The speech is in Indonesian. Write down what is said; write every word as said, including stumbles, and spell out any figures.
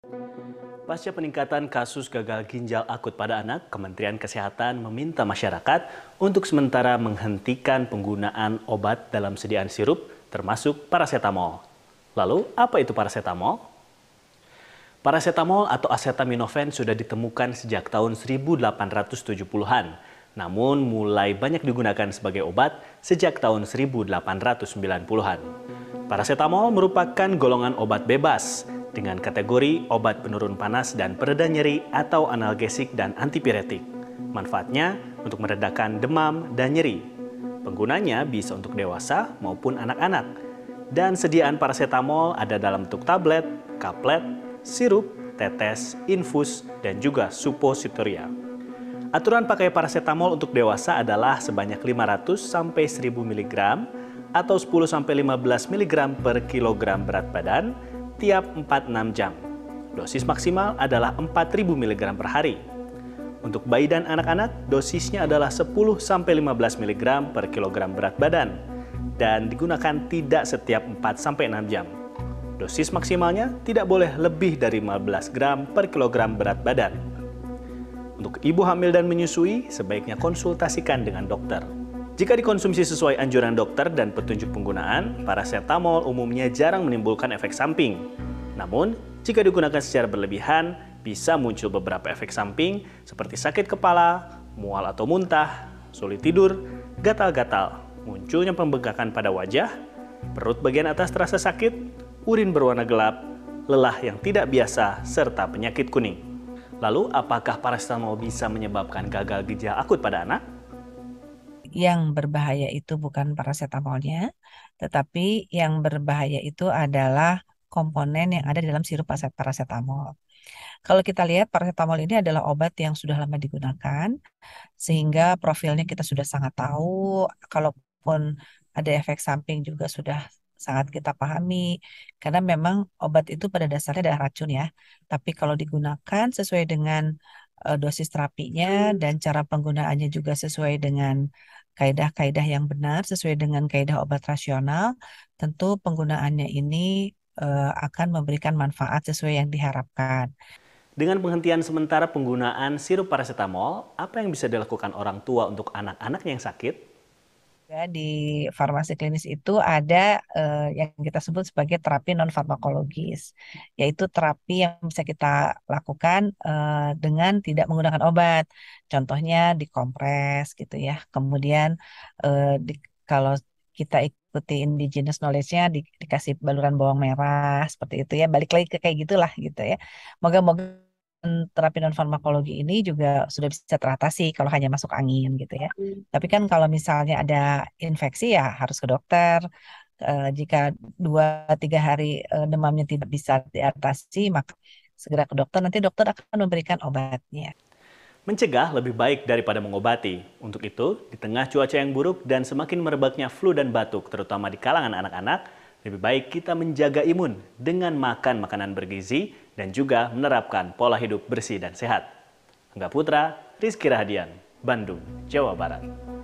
Pasca peningkatan kasus gagal ginjal akut pada anak, Kementerian Kesehatan meminta masyarakat untuk sementara menghentikan penggunaan obat dalam sediaan sirup, termasuk parasetamol. Lalu, apa itu parasetamol? Parasetamol atau acetaminophen sudah ditemukan sejak tahun seribu delapan ratus tujuh puluhan, namun mulai banyak digunakan sebagai obat sejak tahun seribu delapan ratus sembilan puluhan. Parasetamol merupakan golongan obat bebas dengan kategori obat penurun panas dan pereda nyeri atau analgesik dan antipiretik. Manfaatnya untuk meredakan demam dan nyeri. Penggunanya bisa untuk dewasa maupun anak-anak. Dan sediaan parasetamol ada dalam bentuk tablet, kaplet, sirup, tetes, infus, dan juga suppositoria. Aturan pakai parasetamol untuk dewasa adalah sebanyak lima ratus sampai seribu miligram atau sepuluh sampai lima belas miligram per kilogram berat badan tiap empat sampai enam jam. Dosis maksimal adalah empat ribu miligram per hari. Untuk bayi dan anak-anak, dosisnya adalah sepuluh sampai lima belas miligram per kilogram berat badan dan digunakan tidak setiap empat sampai enam jam. Dosis maksimalnya tidak boleh lebih dari lima belas gram per kilogram berat badan. Untuk ibu hamil dan menyusui, sebaiknya konsultasikan dengan dokter. Jika dikonsumsi sesuai anjuran dokter dan petunjuk penggunaan, parasetamol umumnya jarang menimbulkan efek samping. Namun, jika digunakan secara berlebihan, bisa muncul beberapa efek samping seperti sakit kepala, mual atau muntah, sulit tidur, gatal-gatal, munculnya pembengkakan pada wajah, perut bagian atas terasa sakit, urin berwarna gelap, lelah yang tidak biasa, serta penyakit kuning. Lalu, apakah parasetamol bisa menyebabkan gagal ginjal akut pada anak? Yang berbahaya itu bukan parasetamolnya, tetapi yang berbahaya itu adalah komponen yang ada di dalam sirup parasetamol. Kalau kita lihat, parasetamol ini adalah obat yang sudah lama digunakan, sehingga profilnya kita sudah sangat tahu. Kalaupun ada efek samping juga sudah sangat kita pahami, karena memang obat itu pada dasarnya adalah racun ya. Tapi kalau digunakan sesuai dengan uh, dosis terapinya dan cara penggunaannya juga sesuai dengan kaidah-kaidah yang benar, sesuai dengan kaidah obat rasional, tentu penggunaannya ini uh, akan memberikan manfaat sesuai yang diharapkan. Dengan penghentian sementara penggunaan sirup parasetamol, apa yang bisa dilakukan orang tua untuk anak-anak yang sakit? Ya, di farmasi klinis itu ada eh, yang kita sebut sebagai terapi non farmakologis, yaitu terapi yang bisa kita lakukan eh, dengan tidak menggunakan obat. Contohnya dikompres gitu ya. Kemudian eh, di, kalau kita ikuti indigenous knowledge-nya di, dikasih baluran bawang merah seperti itu ya. Balik lagi ke kayak gitulah gitu ya. Moga-moga terapi non farmakologi ini juga sudah bisa teratasi kalau hanya masuk angin gitu ya. Tapi kan kalau misalnya ada infeksi ya harus ke dokter. Eh, jika dua tiga hari eh, demamnya tidak bisa diatasi, maka segera ke dokter. Nanti dokter akan memberikan obatnya. Mencegah lebih baik daripada mengobati. Untuk itu, di tengah cuaca yang buruk dan semakin merebaknya flu dan batuk, terutama di kalangan anak-anak, lebih baik kita menjaga imun dengan makan makanan bergizi dan juga menerapkan pola hidup bersih dan sehat. Angga Putra, Rizky Rahadian, Bandung, Jawa Barat.